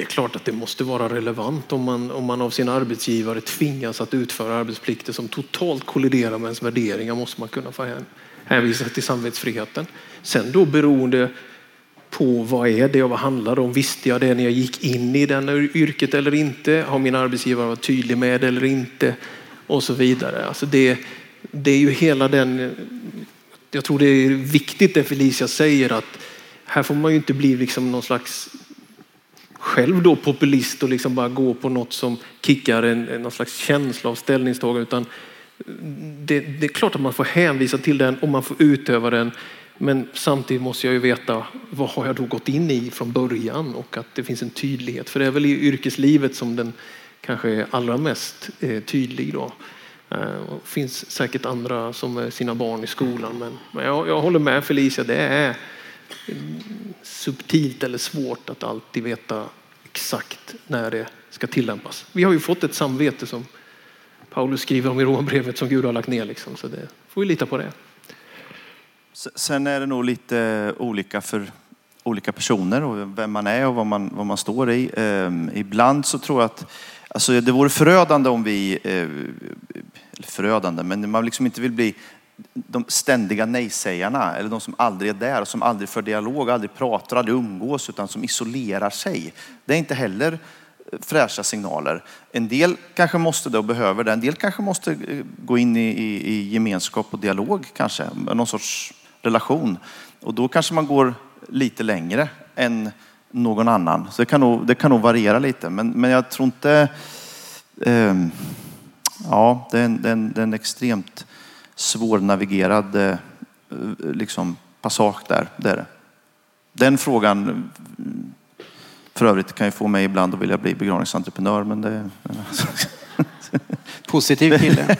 är klart att det måste vara relevant om man av sin arbetsgivare tvingas att utföra arbetsplikter som totalt kolliderar med ens värderingar, måste man kunna få hänvisa till samvetsfriheten. Sen då beroende på vad är det och vad handlar det om? Visste jag det när jag gick in i den yrket eller inte? Har min arbetsgivare varit tydlig med det eller inte? Och så vidare. Alltså det är ju hela den... Jag tror det är viktigt det Felicia säger, att här får man ju inte bli liksom någon slags själv då populist och liksom bara gå på något som kickar någon slags känsla av ställningstagande, utan det är klart att man får hänvisa till den och man får utöva den, men samtidigt måste jag ju veta vad har jag då gått in i från början och att det finns en tydlighet, för det är väl i yrkeslivet som den kanske är allra mest tydlig då. Det finns säkert andra som är sina barn i skolan, men jag håller med Felicia, det är subtilt eller svårt att alltid veta exakt när det ska tillämpas. Vi har ju fått ett samvete som Paulus skriver om i Romarbrevet som Gud har lagt ner liksom, så det får vi lita på det. Sen är det nog lite olika för olika personer och vem man är och vad man står i. Ibland så tror jag att alltså det vore förödande om vi men man liksom inte vill bli de ständiga nej-sägarna eller de som aldrig är där, som aldrig för dialog, aldrig pratar, aldrig umgås, utan som isolerar sig. Det är inte heller fräscha signaler. En del kanske måste det och behöver det. En del kanske måste gå in i gemenskap och dialog, kanske någon sorts relation. Och då kanske man går lite längre än någon annan. Så det kan nog variera lite. Men jag tror inte... det är en extremt svårnavigerad liksom passage där. Det är det. Den frågan för övrigt kan ju få mig ibland att vilja bli begravningsentreprenör, men det positiv kille.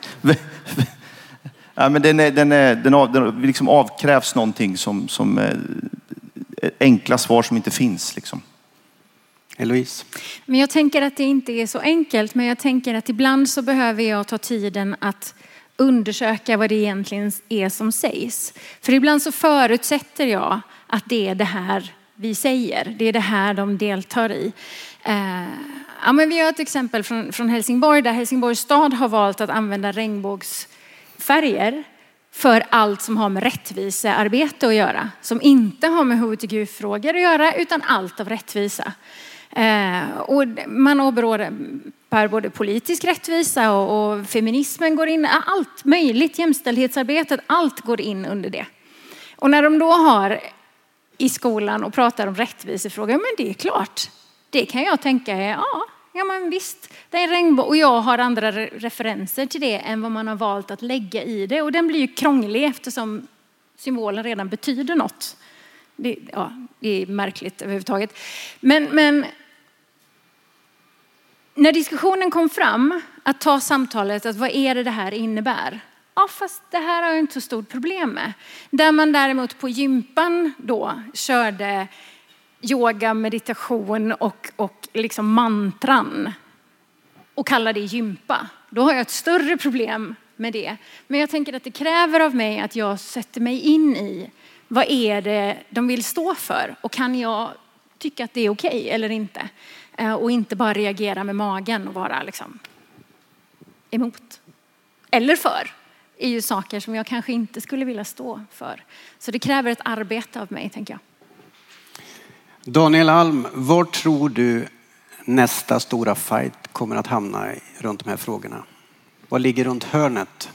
Ja, men den liksom avkrävs någonting som enkla svar som inte finns liksom. Eloise. Men jag tänker att det inte är så enkelt, men jag tänker att ibland så behöver jag ta tiden att undersöka vad det egentligen är som sägs. För ibland så förutsätter jag att det är det här vi säger. Det är det här de deltar i. Men vi har ett exempel från Helsingborg där Helsingborgs stad har valt att använda regnbågsfärger för allt som har med rättvisearbete att göra. Som inte har med hbtq-frågor att göra, utan allt av rättvisa. Och man åberopar både politisk rättvisa och feminismen går in, allt möjligt, jämställdhetsarbetet, allt går in under det. Och när de då har i skolan och pratar om rättvisefrågor, men det är klart, det kan jag tänka är, ja men visst, det är en regnbåge och jag har andra referenser till det än vad man har valt att lägga i det. Och den blir ju krånglig eftersom symbolen redan betyder något. Det är märkligt överhuvudtaget. Men när diskussionen kom fram att ta samtalet, att vad är det här innebär? Ja, fast det här har jag inte så stort problem med. Där man däremot på gympan då körde yoga, meditation och liksom mantran och kallade det gympa. Då har jag ett större problem med det. Men jag tänker att det kräver av mig att jag sätter mig in i vad är det de vill stå för? Och kan jag tycka att det är okej eller inte? Och inte bara reagera med magen och vara liksom emot. Eller för. Är ju saker som jag kanske inte skulle vilja stå för. Så det kräver ett arbete av mig, tänker jag. Daniel Alm, var tror du nästa stora fight kommer att hamna runt de här frågorna? Vad ligger runt hörnet?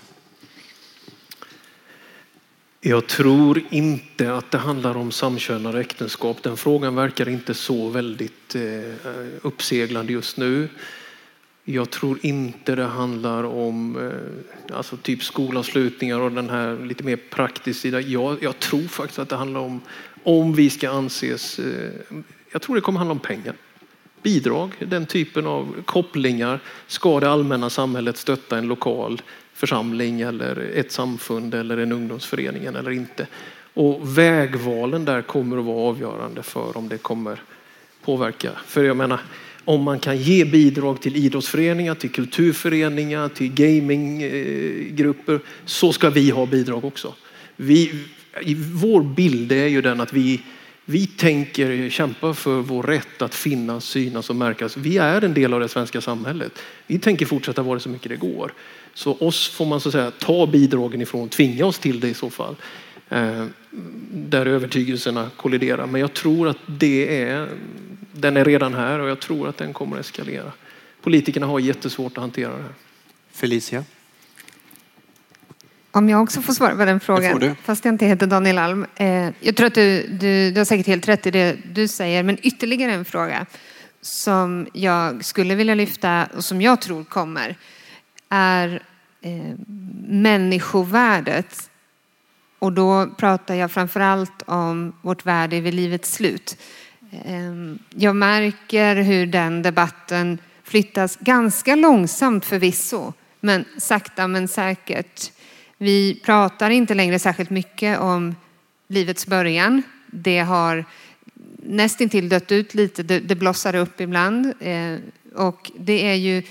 Jag tror inte att det handlar om samkönade äktenskap. Den frågan verkar inte så väldigt uppseglande just nu. Jag tror inte det handlar om alltså typ skolavslutningar och den här lite mer praktiska sidan. Jag tror faktiskt att det handlar om vi ska anses... jag tror det kommer handla om pengar. Bidrag, den typen av kopplingar. Ska det allmänna samhället stötta en lokal församling eller ett samfund eller en ungdomsförening eller inte? Och vägvalen där kommer att vara avgörande för om det kommer påverka. För jag menar, om man kan ge bidrag till idrottsföreningar, till kulturföreningar, till gaminggrupper, så ska vi ha bidrag också. Vår bild är ju den att vi Vi tänker kämpa för vår rätt att finnas, synas och märkas. Vi är en del av det svenska samhället. Vi tänker fortsätta vara det så mycket det går. Så oss får man så att säga ta bidragen ifrån, tvinga oss till det i så fall. Där övertygelserna kolliderar. Men jag tror att den är redan här och jag tror att den kommer att eskalera. Politikerna har jättesvårt att hantera det här. Felicia? Om jag också får svara på den frågan, fast jag inte heter Daniel Alm. Jag tror att du har säkert helt rätt i det du säger, men ytterligare en fråga som jag skulle vilja lyfta och som jag tror kommer är människovärdet. Och då pratar jag framförallt om vårt värde vid livets slut. Jag märker hur den debatten flyttas ganska långsamt förvisso, men sakta men säkert. Vi pratar inte längre särskilt mycket om livets början. Det har nästintill dött ut lite. Det blossar upp ibland. Och det är ju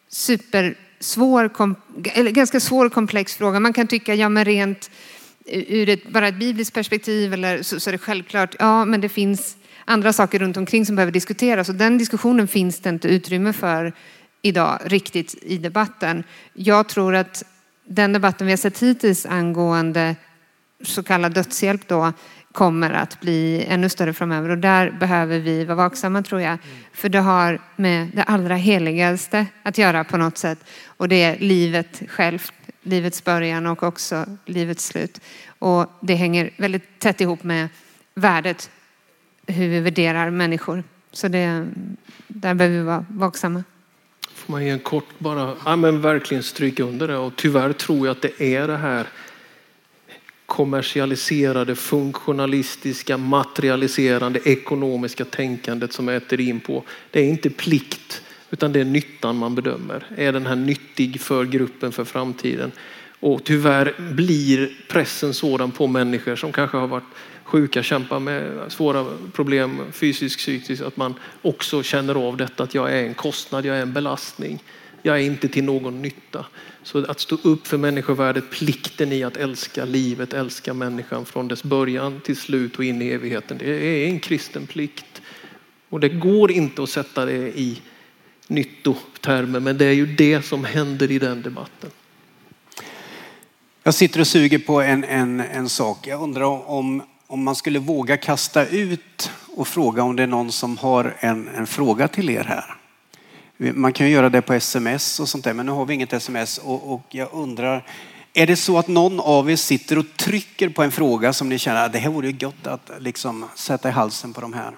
ganska svår komplex fråga. Man kan tycka, ja men rent ur bara ett bibliskt perspektiv eller så är det självklart. Ja, men det finns andra saker runt omkring som behöver diskuteras. Och den diskussionen finns det inte utrymme för idag riktigt i debatten. Jag tror att den debatten vi har sett hittills angående så kallad dödshjälp då kommer att bli ännu större framöver. Och där behöver vi vara vaksamma tror jag. För det har med det allra heligaste att göra på något sätt. Och det är livet självt, livets början och också livets slut. Och det hänger väldigt tätt ihop med värdet, hur vi värderar människor. Så där behöver vi vara vaksamma. Får man ge en kort bara, men verkligen stryka under det. Och tyvärr tror jag att det är det här kommersialiserade, funktionalistiska, materialiserande, ekonomiska tänkandet som äter in på. Det är inte plikt utan det är nyttan man bedömer. Är den här nyttig för gruppen för framtiden? Och tyvärr blir pressen sådan på människor som kanske har varit sjuka, kämpar med svåra problem fysiskt, psykiskt, att man också känner av detta att jag är en kostnad, jag är en belastning. Jag är inte till någon nytta. Så att stå upp för människovärdet, plikten i att älska livet, älska människan från dess början till slut och in i evigheten. Det är en kristen plikt. Och det går inte att sätta det i nyttotermer, men det är ju det som händer i den debatten. Jag sitter och suger på en sak. Jag undrar om man skulle våga kasta ut och fråga om det är någon som har en fråga till er här. Man kan ju göra det på sms och sånt där, men nu har vi inget sms och jag undrar, är det så att någon av er sitter och trycker på en fråga som ni känner att det här vore ju gott att liksom sätta i halsen på de här?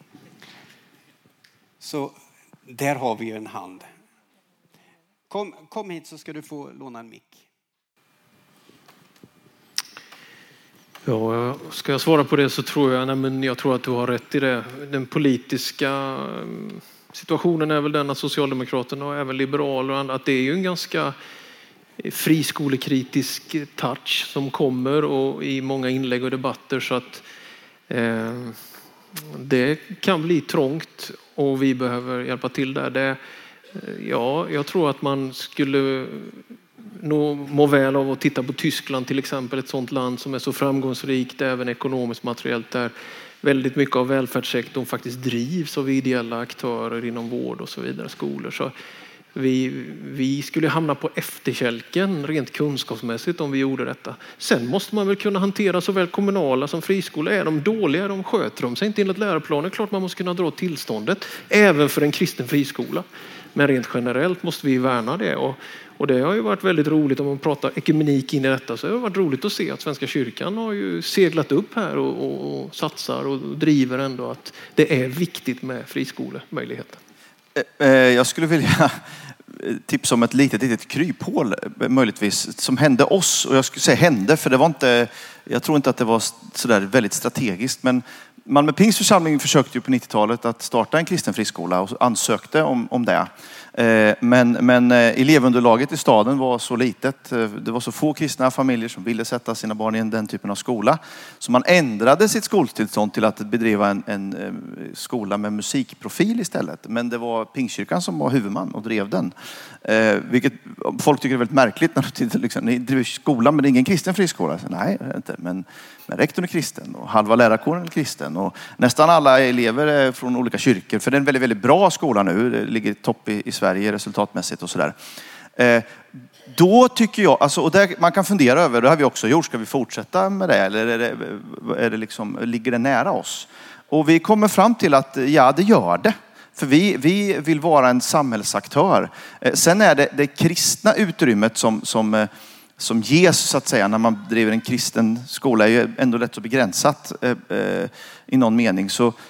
Så där har vi ju en hand. Kom hit så ska du få låna en mick. Ja, ska jag svara på det så tror jag tror att du har rätt i det. Den politiska situationen är väl den att Socialdemokraterna och även liberaler och andra, att det är ju en ganska friskolekritisk touch som kommer och i många inlägg och debatter, så att det kan bli trångt och vi behöver hjälpa till där. Jag tror att man skulle må väl av att titta på Tyskland till exempel, ett sådant land som är så framgångsrikt även ekonomiskt materiellt, där väldigt mycket av välfärdssektorn faktiskt drivs av ideella aktörer inom vård och så vidare, skolor. Så vi skulle hamna på efterkälken rent kunskapsmässigt om vi gjorde detta. Sen måste man väl kunna hantera såväl kommunala som friskolor. Är de dåliga, de sköter de sig inte enligt läroplanen, klart man måste kunna dra tillståndet även för en kristen friskola. Men rent generellt måste vi värna det. Och det har ju varit väldigt roligt, om man pratar ekumenik in i detta, så har det varit roligt att se att Svenska kyrkan har ju seglat upp här och satsar och driver ändå att det är viktigt med friskolemöjligheten. Jag skulle vilja tipsa om ett litet kryphål möjligtvis som hände oss, och jag skulle säga hände för det var inte, jag tror inte att det var så där väldigt strategiskt, men Malmö Pingstförsamling försökte ju på 90-talet att starta en kristen friskola och ansökte om det. Men elevunderlaget i staden var så litet. Det var så få kristna familjer som ville sätta sina barn i den typen av skola. Så man ändrade sitt skoltillstånd till att bedriva en skola med musikprofil istället. Men det var Pingstkyrkan som var huvudman och drev den. Vilket folk tycker är väldigt märkligt när de tittar. Liksom, ni driver skola men det är ingen kristen friskola. Så, nej, inte. Men rektorn är kristen och halva lärarkåren är kristen. Och nästan alla elever är från olika kyrkor. För det är en väldigt, väldigt bra skola nu. Det ligger i topp i Sverige resultatmässigt och sådär. Då tycker jag, alltså, och där man kan fundera över, det har vi också gjort, ska vi fortsätta med det eller är det liksom, ligger det nära oss? Och vi kommer fram till att ja, det gör det. För vi vill vara en samhällsaktör. Sen är det kristna utrymmet som ges så att säga när man driver en kristen skola är ju ändå lätt så begränsat i någon mening.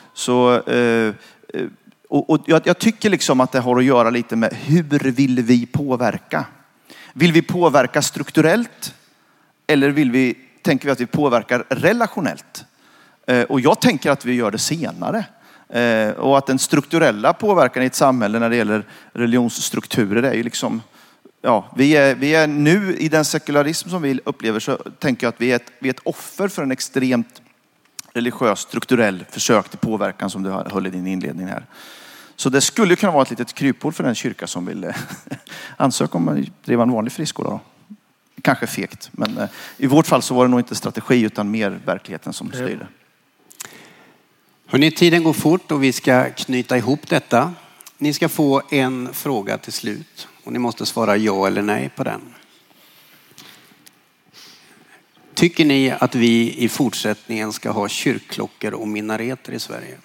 Och jag tycker liksom att det har att göra lite med hur vill vi påverka? Vill vi påverka strukturellt eller tänker vi att vi påverkar relationellt? Och jag tänker att vi gör det senare. Och att den strukturella påverkan i ett samhälle när det gäller religionsstrukturer är ju liksom, ja, vi är nu i den sekularism som vi upplever, så tänker jag att vi är ett offer för en extremt religiös strukturell försök till påverkan som du höll i din inledning här. Så det skulle kunna vara ett litet kryphål för den kyrka som vill ansöka om att driva en vanlig friskola då. Kanske fegt, men i vårt fall så var det nog inte strategi utan mer verkligheten som styrde. Hörrni, tiden går fort och vi ska knyta ihop detta. Ni ska få en fråga till slut och ni måste svara ja eller nej på den. Tycker ni att vi i fortsättningen ska ha kyrkklockor och minareter i Sverige?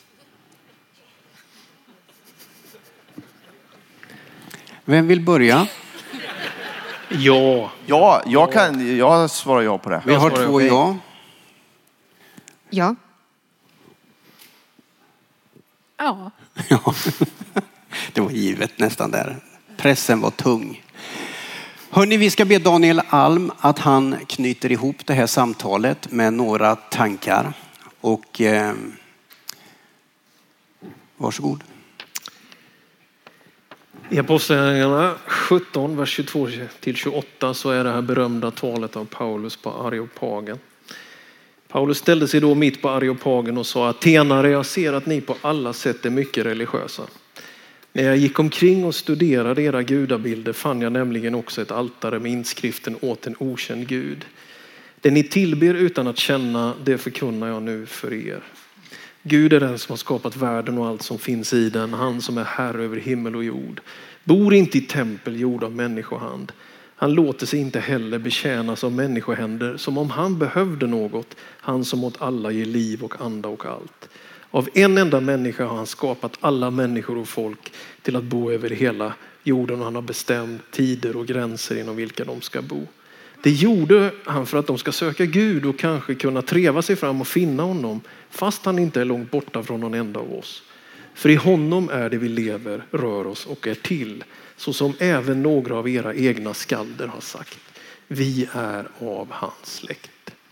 Vem vill börja? Ja. Ja, jag svarar ja på det. Vi har 2 ja. Ja. Ja. Ja. Det var givet nästan där. Pressen var tung. Hörrni, vi ska be Daniel Alm att han knyter ihop det här samtalet med några tankar. Och varsågod. I Apostlagärningarna 17, vers 22-28 så är det här berömda talet av Paulus på Areopagen. Paulus ställde sig då mitt på Areopagen och sa: Atenare, jag ser att ni på alla sätt är mycket religiösa. När jag gick omkring och studerade era gudabilder fann jag nämligen också ett altare med inskriften åt en okänd Gud. Det ni tillber utan att känna, det förkunnar jag nu för er. Gud är den som har skapat världen och allt som finns i den. Han som är herre över himmel och jord. Bor inte i tempel gjord av människohand. Han låter sig inte heller betjänas av människohänder som om han behövde något. Han som åt alla ger liv och anda och allt. Av en enda människa har han skapat alla människor och folk till att bo över hela jorden och han har bestämt tider och gränser inom vilka de ska bo. Det gjorde han för att de ska söka Gud och kanske kunna treva sig fram och finna honom fast han inte är långt borta från någon enda av oss. För i honom är det vi lever, rör oss och är till. Så som även några av era egna skalder har sagt. Vi är av hans släkt.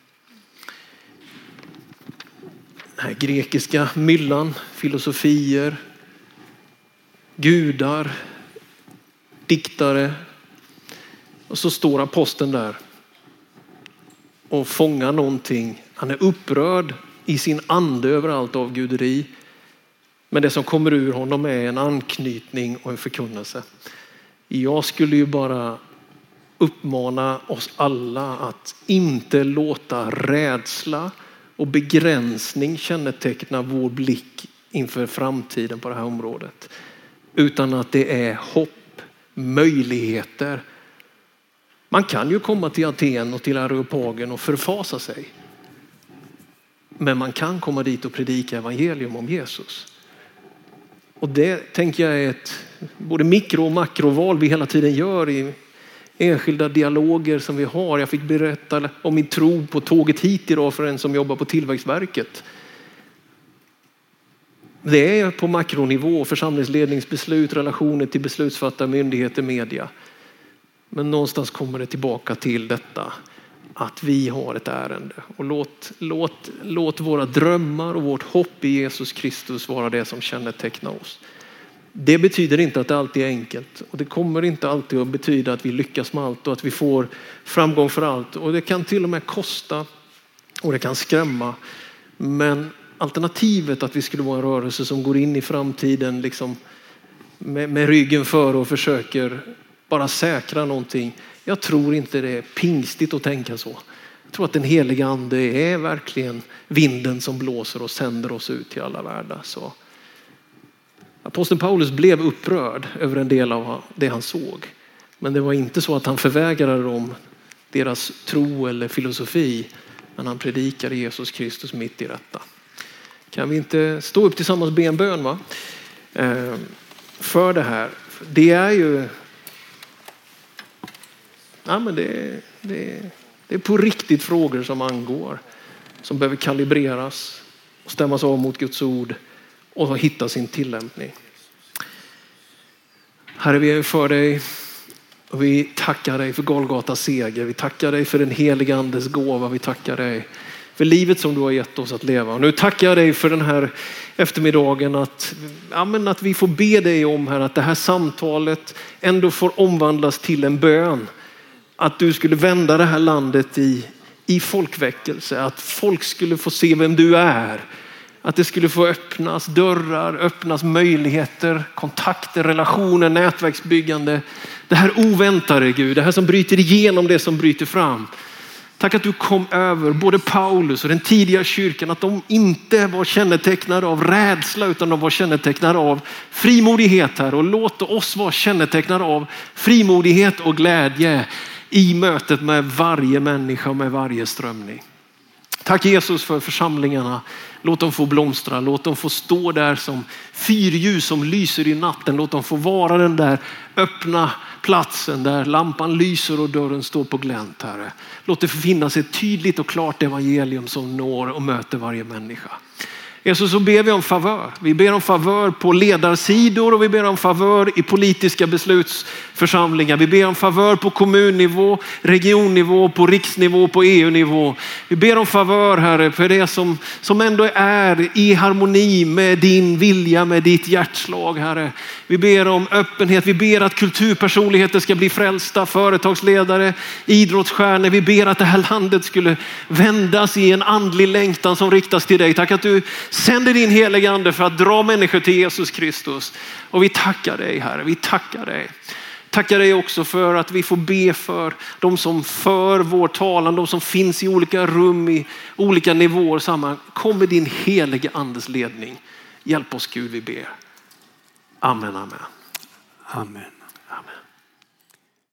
Den här grekiska myllan, filosofier, gudar, diktare. Och så står aposteln där och fångar någonting. Han är upprörd i sin ande över allt av guderi. Men det som kommer ur honom är en anknytning och en förkunnelse. Jag skulle ju bara uppmana oss alla att inte låta rädsla och begränsning känneteckna vår blick inför framtiden på det här området. Utan att det är hopp, möjligheter. Man kan ju komma till Aten och till Areopagen och förfasa sig. Men man kan komma dit och predika evangelium om Jesus. Och det tänker jag är ett både mikro- och makroval vi hela tiden gör i enskilda dialoger som vi har. Jag fick berätta om min tro på tåget hit idag för en som jobbar på Tillväxtverket. Det är på makronivå, församlingsledningsbeslut, relationer till beslutsfattare, myndigheter, media. Men någonstans kommer det tillbaka till detta att vi har ett ärende. Och låt våra drömmar och vårt hopp i Jesus Kristus vara det som kännetecknar oss. Det betyder inte att det alltid är enkelt. Och det kommer inte alltid att betyda att vi lyckas med allt och att vi får framgång för allt. Och det kan till och med kosta och det kan skrämma. Men alternativet att vi skulle vara en rörelse som går in i framtiden liksom med ryggen för och försöker bara säkra någonting. Jag tror inte det är pingstigt att tänka så. Jag tror att den heliga ande är verkligen vinden som blåser och sänder oss ut till alla världar. Så aposteln Paulus blev upprörd över en del av det han såg. Men det var inte så att han förvägrade dem deras tro eller filosofi. Men han predikade Jesus Kristus mitt i detta. Kan vi inte stå upp tillsammans och be en bön, va? För det här. Det är ju... Ja, men det är på riktigt frågor som angår. Som behöver kalibreras och stämmas av mot Guds ord och hitta sin tillämpning. Herre, vi är för dig och vi tackar dig för Golgatas seger. Vi tackar dig för den heliga andes gåva. Vi tackar dig för livet som du har gett oss att leva. Och nu tackar jag dig för den här eftermiddagen att vi får be dig om här att det här samtalet ändå får omvandlas till en bön. Att du skulle vända det här landet i folkväckelse. Att folk skulle få se vem du är. Att det skulle få öppnas dörrar, öppnas möjligheter, kontakter, relationer, nätverksbyggande. Det här oväntade, Gud. Det här som bryter igenom det som bryter fram. Tack att du kom över både Paulus och den tidiga kyrkan. Att de inte var kännetecknade av rädsla utan de var kännetecknade av frimodighet här. Och låt oss vara kännetecknade av frimodighet och glädje i mötet med varje människa och med varje strömning. Tack Jesus för församlingarna. Låt dem få blomstra. Låt dem få stå där som fyrljus som lyser i natten. Låt dem få vara den där öppna platsen där lampan lyser och dörren står på glänt, Herre. Låt det finnas ett tydligt och klart evangelium som når och möter varje människa. Jesus, så ber vi om favör. Vi ber om favör på ledarsidor och vi ber om favör i politiska beslutsförsamlingar. Vi ber om favör på kommunnivå, regionnivå, på riksnivå, på EU-nivå. Vi ber om favör, Herre, för det som ändå är i harmoni med din vilja, med ditt hjärtslag, Herre. Vi ber om öppenhet. Vi ber att kulturpersonligheter ska bli frälsta, företagsledare, idrottsstjärnor. Vi ber att det här landet skulle vändas i en andlig längtan som riktas till dig. Tack att du sänder din heliga ande för att dra människor till Jesus Kristus. Och vi tackar dig, Herre. Vi tackar dig. Tackar dig också för att vi får be för de som för vår talan, de som finns i olika rum, i olika nivåer samman. Kom med din heliga andes ledning. Hjälp oss, Gud, vi ber. Amen, amen. Amen.